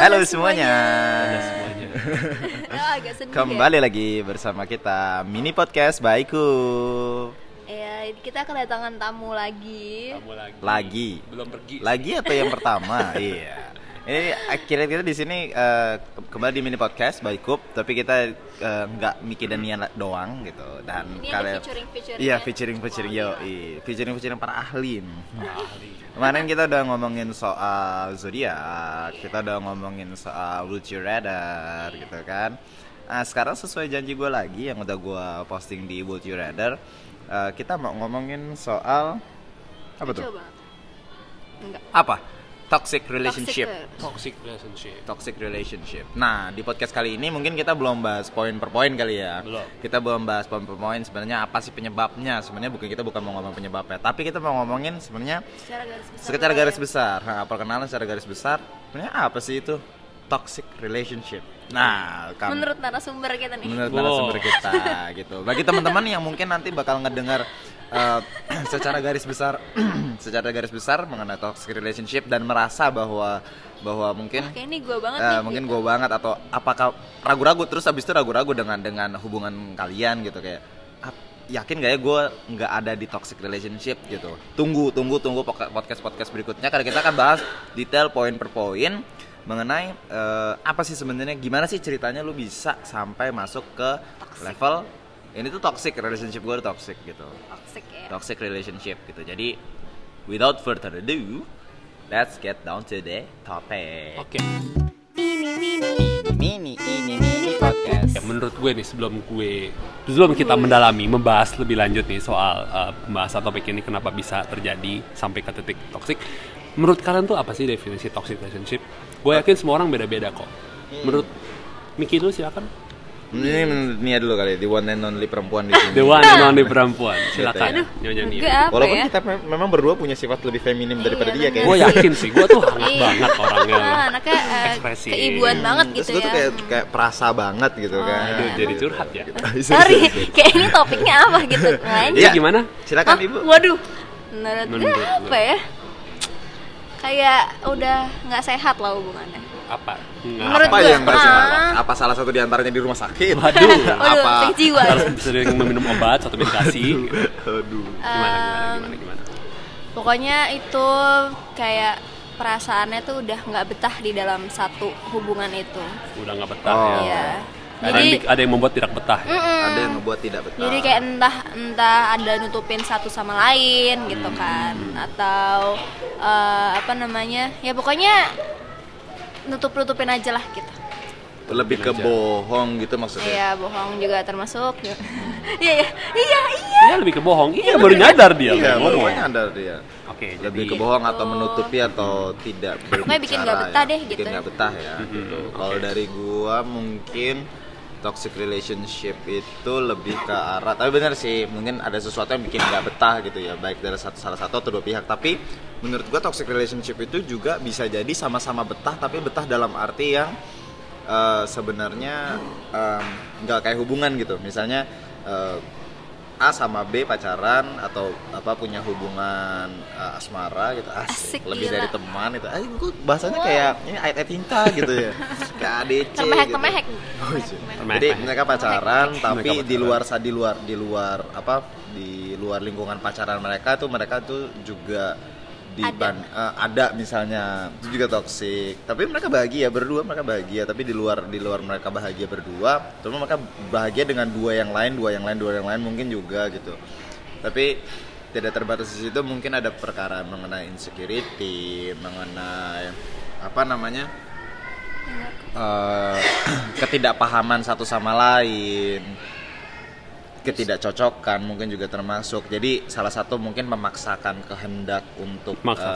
Halo semuanya. Agak sedih Kembali lagi bersama kita Mini Podcast Baiku. ya. Kita kedatangan tamu lagi. Lagi. Belum pergi. Lagi atau yang pertama? Iya. Ini akhirnya kita di sini kembali di Mini Podcast Baiku, tapi kita nggak Miki dan Nian doang gitu. Dan Ini kalian ada featuring iya kan? featuring featuring para ahli. Kemarin kita udah ngomongin soal zodiak, kita udah ngomongin soal Would You Rather gitu kan. Nah sekarang sesuai janji gue lagi yang udah gue posting di Would You Rather, kita mau ngomongin soal apa tuh? Coba. Enggak. Apa? Toxic relationship. Toxic relationship. Nah, di podcast kali ini mungkin kita belum bahas poin per poin kali ya. Belum. Kita belum bahas poin per poin sebenarnya apa sih penyebabnya. Sebenarnya kita bukan mau ngomong penyebabnya, tapi kita mau ngomongin sebenarnya secara garis besar. Nah, perkenalan secara garis besar. Sebenarnya apa sih itu toxic relationship? Nah, Menurut narasumber kita nih. menurut narasumber kita gitu. Bagi teman-teman yang mungkin nanti bakal ngedengar secara garis besar mengenai toxic relationship dan merasa bahwa mungkin Kayak ini gue banget nih. mungkin gitu. gue banget atau apakah ragu-ragu terus abis itu ragu-ragu dengan hubungan kalian gitu kayak yakin gak ya gue nggak ada di toxic relationship gitu. Tunggu podcast berikutnya karena kita akan bahas detail poin per poin mengenai apa sih sebenarnya, gimana sih ceritanya lu bisa sampai masuk ke level ini tuh toxic relationship, gue toxic gitu. Toxic ya. Toxic relationship gitu. Jadi without further ado, let's get down to the topic. Oke. Mini podcast. Ya, menurut gue nih sebelum kita membahas lebih lanjut nih soal pembahasan topik ini kenapa bisa terjadi sampai ke titik toxic. Menurut kalian tuh apa sih definisi toxic relationship? Gue yakin semua orang beda-beda kok. Menurut Miki dulu silakan. Ini menurut Nia dulu kali, the one and only perempuan di sini. The one and only perempuan. Silakan. Aduh, Nyonya Nia. enggak apa Walaupun ya. kita memang berdua punya sifat lebih feminim daripada dia bener. kayaknya. Gue yakin sih, gue tuh hangat Iya. banget orangnya. Anaknya Ekspresi. keibuan banget Terus gitu gue ya. tuh kayak perasa banget gitu kan. Aduh, jadi curhat ya. Sorry, kayak ini topiknya apa gitu. Lanjut. Iya, gimana? Silakan Hah? Ibu. Waduh. Menurut gue Menurut apa ya? Kayak udah nggak sehat lah hubungannya. Apa? Menurut Apa gue, yang nggak sehat? Apa salah satu diantaranya di rumah sakit? Waduh. Waduh, Apa? sakit jiwa. Harus sering meminum obat atau medikasi. Aduh. Gimana? Pokoknya itu kayak perasaannya tuh udah nggak betah di dalam satu hubungan itu. Udah nggak betah Oh. ya. Iya. Ada yang membuat tidak betah. Ya? Ada yang ngebuat tidak betah. Jadi kayak entah ada nutupin satu sama lain gitu kan, atau apa namanya? Ya pokoknya nutupin aja lah gitu. lebih ke bohong gitu maksudnya. Iya, bohong juga termasuk. Iya. Iya lebih ke bohong. Iya baru nyadar dia. Iya, ngomong. pokoknya ada dia. Oke, Lebih jadi ke bohong atau menutupi atau tidak berbicara. Pokoknya bikin nggak betah ya. deh, gitu. Bikin nggak betah ya. Gitu. Kalau dari gua mungkin toxic relationship itu lebih ke arah, tapi benar sih mungkin ada sesuatu yang bikin nggak betah gitu ya, baik dari salah satu atau dua pihak. Tapi menurut gua toxic relationship itu juga bisa jadi sama-sama betah, tapi betah dalam arti yang sebenarnya nggak kayak hubungan gitu. Misalnya A sama B pacaran atau apa punya hubungan asmara gitu, Asik, lebih gila. dari teman itu. Gue bahasanya kayak ini ayat cinta gitu ya, kayak ADC Temehek. gitu. Jadi mereka pacaran tapi di luar lingkungan pacaran mereka tuh juga ada misalnya itu juga toksik. Tapi mereka bahagia berdua, tapi di luar mereka bahagia berdua, terus mereka bahagia dengan dua yang lain mungkin juga gitu. Tapi tidak terbatas di situ, mungkin ada perkara mengenai insecurity, mengenai apa namanya? Ketidakpahaman satu sama lain, ketidakcocokan mungkin juga termasuk. Jadi salah satu mungkin memaksakan kehendak untuk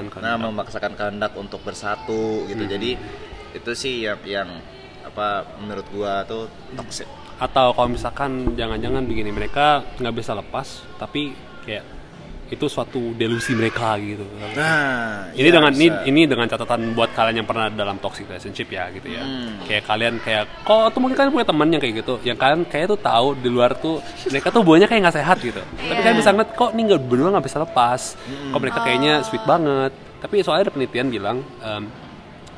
bersatu gitu. Jadi itu sih yang apa menurut gua tuh toxic. atau kalau misalkan jangan-jangan begini, mereka nggak bisa lepas tapi kayak itu suatu delusi mereka gitu. Nah, Ini iya, ini dengan catatan buat kalian yang pernah dalam toxic relationship ya gitu ya. Kayak kalian kok tuh mungkin kalian punya teman yang kayak gitu, yang kalian kayak tuh tahu di luar tuh mereka tuh hubungannya kayak nggak sehat gitu. Tapi kalian bisa ngeliat kok ini nggak bisa lepas. Kok mereka kayaknya sweet banget. Tapi soalnya ada penelitian bilang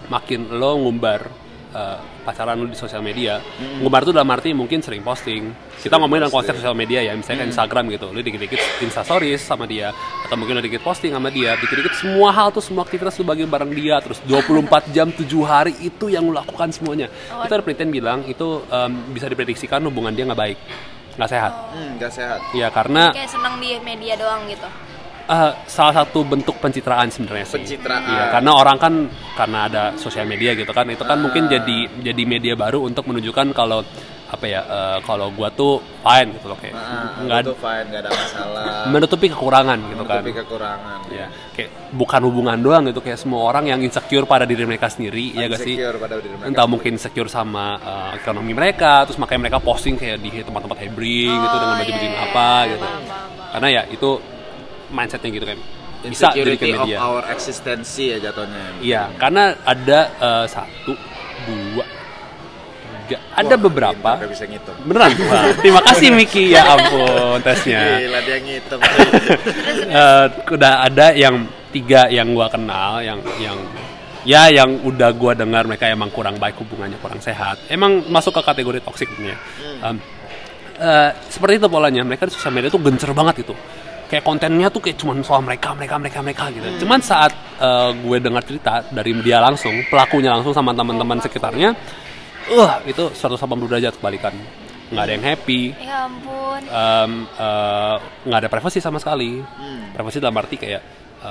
makin lo ngumbar pacaran lu di sosial media. Ngumbar tuh dalam arti mungkin sering posting. Kita ngomongin dalam konsep sosial media ya, misalnya kayak Instagram gitu. Lu dikit-dikit Insta stories sama dia, atau mungkin lu dikit posting sama dia, dikit-dikit semua hal tuh, semua aktivitas lu bagi bareng dia, terus 24 jam 7 hari itu yang lu lakukan semuanya. Itu ada penelitian bilang itu bisa diprediksikan hubungan dia nggak baik, nggak sehat. Nggak sehat. Ya karena Kayak senang di media doang gitu. salah satu bentuk pencitraan sebenarnya sih. Pencitraan. Iya, karena orang kan karena ada sosial media gitu kan, itu kan mungkin jadi media baru untuk menunjukkan kalau apa ya, kalau gua tuh fine gitu loh, kayak nggak tuh fine, nggak ada masalah. menutupi kekurangan gitu kan. Menutupi kekurangan. Ya, kayak bukan hubungan doang gitu, kayak semua orang yang insecure pada diri mereka sendiri, ya gak sih? Insecure pada diri mereka. Entah mungkin insecure sama ekonomi mereka, terus makanya mereka posting kayak di tempat-tempat hebring gitu dengan baju-baju apa gitu. Karena ya itu mindsetnya gitu kan, bisa jadi Insecurity of media. our eksistensi ya jatuhnya. Iya, karena ada 1, 2, 3, ada beberapa. Gak bisa ngitung. Beneran? Wah, terima kasih Miki, ya ampun tesnya. Gila dia ngitung. Udah ada yang 3 yang gua kenal, yang udah gua dengar mereka emang kurang baik hubungannya, kurang sehat. Emang masuk ke kategori toksik sebenarnya. Seperti itu polanya, mereka di sosial media tuh gencer banget itu. Kayak kontennya tuh kayak cuman soal mereka gitu. Cuman saat gue dengar cerita dari dia langsung, pelakunya langsung sama teman-teman sekitarnya, itu 180 derajat kebalikan. Nggak ada yang happy. Ya ampun. Nggak ada privasi sama sekali. Privasi dalam arti kayak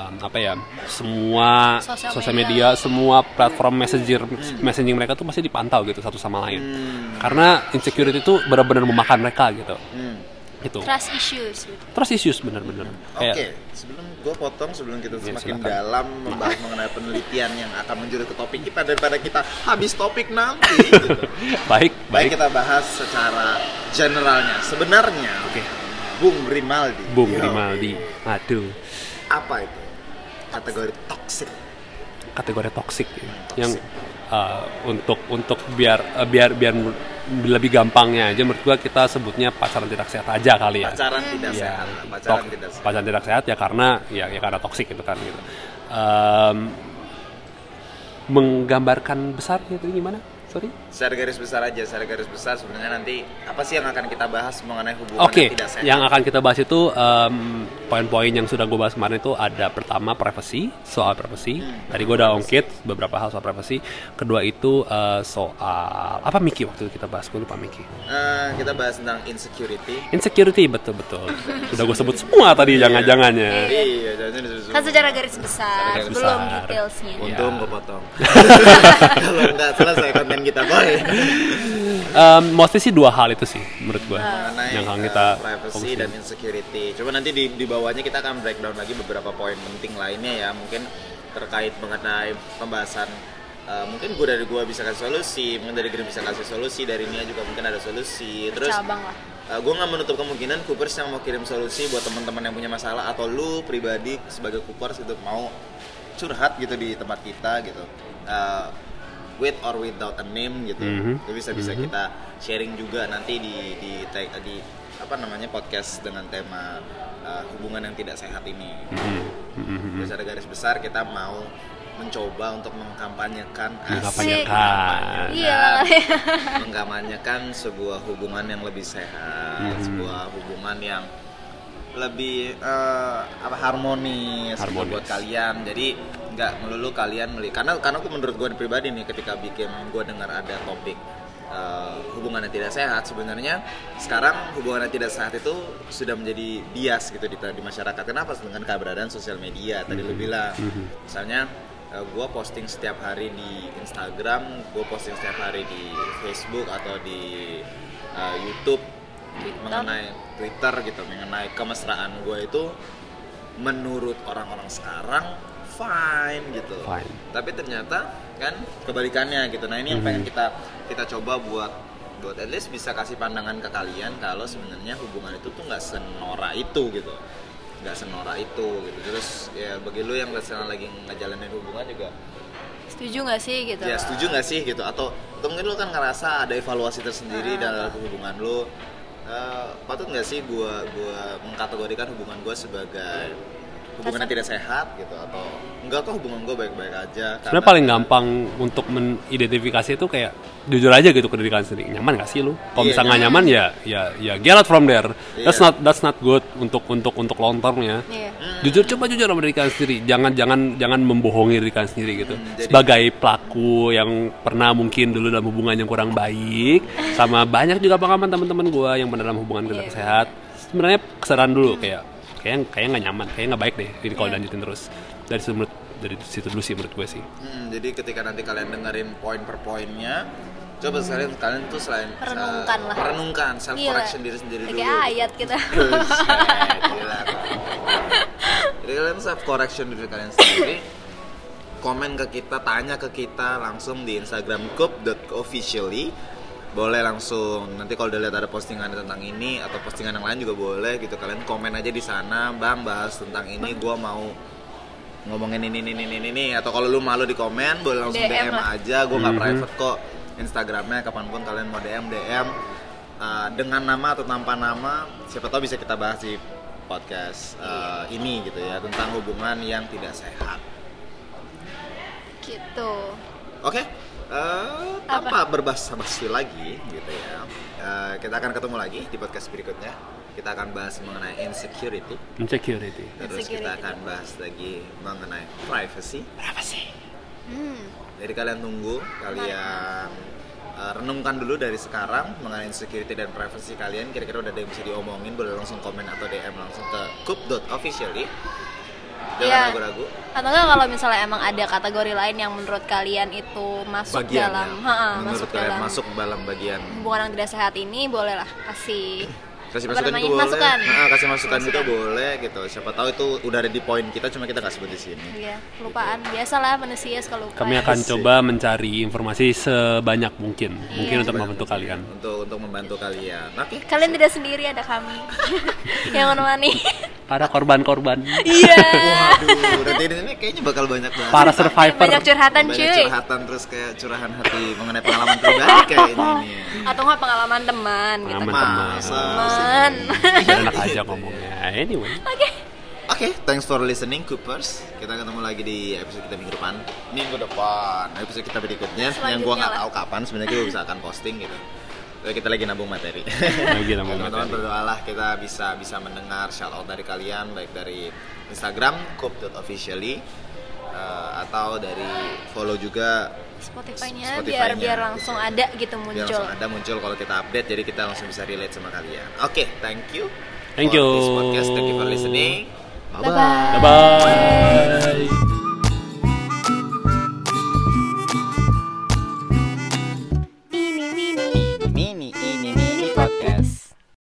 semua sosial media, semua platform messaging mereka tuh pasti dipantau gitu satu sama lain. Karena insecurity itu benar-benar memakan mereka gitu. Gitu. Trust issues benar-benar. Oke, sebelum kita semakin dalam membahas mengenai penelitian yang akan menjurus ke topik kita daripada kita habis topik nanti gitu. Baik. Kita bahas secara generalnya. Sebenarnya Bung Grimaldi. Aduh. Apa itu? Kategori toksik. Yang untuk biar lebih gampangnya aja, menurut gua kita sebutnya pacaran tidak sehat aja kali ya. Pacaran tidak sehat ya karena toksik gitu kan gitu. Menggambarkan besar itu gimana? Secara garis besar sebenarnya nanti apa sih yang akan kita bahas mengenai hubungan yang tidak sehat? Yang akan kita bahas itu poin-poin yang sudah gue bahas kemarin itu ada pertama soal privasi. Tadi gue udah ongkit beberapa hal soal privasi. Kedua itu soal apa Miki waktu itu kita bahas, gue lupa Miki. Kita bahas tentang insecurity, betul. Sudah gue sebut semua tadi jangan-jangannya. Iya, jangan-jangan. Kan secara garis besar, belum detailsnya. Untung gue potong. Kalau nggak selesai konten kita boy. Mostly sih 2 hal itu sih menurut gue yang akan kita privacy dan insecurity. Coba nanti di bawahnya kita akan breakdown lagi beberapa poin penting lainnya ya, mungkin terkait mengenai pembahasan. Mungkin dari gue bisa kasih solusi, mungkin dari Green bisa kasih solusi, dari Nia juga mungkin ada solusi. Terus gue nggak menutup kemungkinan Coopers yang mau kirim solusi buat teman-teman yang punya masalah, atau lu pribadi sebagai Coopers gitu mau curhat gitu di tempat kita gitu. With or without a name gitu, itu bisa kita sharing juga nanti di podcast dengan tema hubungan yang tidak sehat ini. Secara garis besar kita mau mencoba untuk mengkampanyekan sebuah hubungan yang lebih sehat, sebuah hubungan yang lebih harmonis buat kalian. Jadi nggak melulu kalian karena menurut gue pribadi nih, ketika gue dengar ada topik hubungan yang tidak sehat, sebenarnya sekarang hubungan yang tidak sehat itu sudah menjadi bias gitu di masyarakat. Kenapa? Dengan keberadaan sosial media tadi lu bilang. Misalnya gue posting setiap hari di Instagram, gue posting setiap hari di Facebook atau di YouTube mengenai Twitter gitu, mengenai kemesraan gue itu menurut orang-orang sekarang fine gitu. Tapi ternyata kan kebalikannya gitu. Nah ini yang pengen kita coba buat at least bisa kasih pandangan ke kalian kalau sebenarnya hubungan itu tuh nggak senora itu gitu. Terus ya bagi lu yang lagi ngejalanin hubungan juga setuju nggak sih gitu? Atau mungkin lu kan ngerasa ada evaluasi tersendiri dalam hubungan lu. Patut nggak sih gue mengkategorikan hubungan gue sebagai hubungannya tidak sehat gitu, atau enggak kok hubungan gue baik-baik aja. Sebenarnya paling gampang untuk mengidentifikasi itu kayak jujur aja gitu ke diri kalian sendiri. Nyaman gak sih lu? Kalau Iya, misalnya nggak nyaman ya get out from there. Iya. That's not good untuk long termnya. Iya. Jujur, coba jujur sama diri kalian sendiri. Jangan membohongi diri kalian sendiri gitu. jadi- Sebagai pelaku yang pernah mungkin dulu dalam hubungan yang kurang baik, sama banyak juga pengalaman teman-teman gue yang pernah dalam hubungan tidak Iya. sehat. Sebenarnya kesadaran dulu kayak nggak nyaman, kayak nggak baik deh ini kalau Iya. lanjutin terus. Dari situ dulu sih menurut gue sih. Jadi ketika nanti kalian dengerin poin per poinnya, coba kalian tuh selain Renungkan lah. renungkan, self correction diri sendiri dulu. Kayak ayat kita. Buset, gila. Jadi kalian self correction diri kalian sendiri. Komen ke kita, tanya ke kita langsung di Instagram cup.officially. Boleh langsung, nanti kalau udah lihat ada postingan tentang ini atau postingan yang lain juga boleh gitu. Kalian komen aja di sana, Bang, bahas tentang ini, gua mau ngomongin ini, atau kalau lu malu di komen boleh langsung DM lah. aja, gue nggak private kok Instagramnya, kapanpun kalian mau DM dengan nama atau tanpa nama, siapa tahu bisa kita bahas di podcast ini gitu ya, tentang hubungan yang tidak sehat. Gitu. Oke, tanpa berbahasa-basi lagi gitu ya, kita akan ketemu lagi di podcast berikutnya. Kita akan bahas mengenai insecurity. Terus kita akan bahas lagi mengenai privacy. Jadi kalian tunggu, kalian renungkan dulu dari sekarang mengenai insecurity dan privacy kalian. Kira-kira udah ada yang bisa diomongin, boleh langsung komen atau DM langsung ke cup.officially. Jangan Iya. ragu-ragu. Atau enggak kalau misalnya emang ada kategori lain yang menurut kalian itu masuk Bagian dalam, ya. Menurut masuk kalian dalam masuk dalam bagian hubungan yang tidak sehat ini, bolehlah kasih masukan namanya? juga boleh. Masukan. Kasih masukan juga Masukan. boleh gitu. Siapa tahu itu udah ada di poin kita, cuma kita nggak sebut di sini. Iya, kelupaan. Biasalah manusia suka lupa. Kami ya. akan coba mencari informasi sebanyak mungkin untuk membantu kalian. Untuk membantu kalian. Oke. Kalian tidak sendiri, ada kami yang menemani. Para korban-korban, Iya. Waduh, nanti ini kayaknya bakal banyak banget. para survivor. Banyak curhatan Banyak cuy. curhatan, terus kayak curahan hati mengenai pengalaman pribadi kayaknya ini. Atau enggak pengalaman teman gitu. Pengalaman kan. Teman. Teman. Enak aja ngomongnya. Anyway, Oke. Thanks for listening, Coopers. Kita ketemu lagi di episode kita minggu depan. Episode kita berikutnya yang gua nggak Selanjutnya tahu kapan. Sebenarnya gua bisa akan posting gitu. Tapi kita lagi nabung materi. lagi nama Teman-teman materi. berdoalah kita bisa mendengar shout out dari kalian, baik dari Instagram cup.officially atau dari follow juga Spotify-nya Spotify-nya, biar langsung gitu. ada gitu biar muncul. langsung ada muncul kalau kita update, jadi kita langsung bisa relate sama kalian. Oke, thank you Thank for you. this podcast. Thank you for listening. Bye-bye. Bye bye.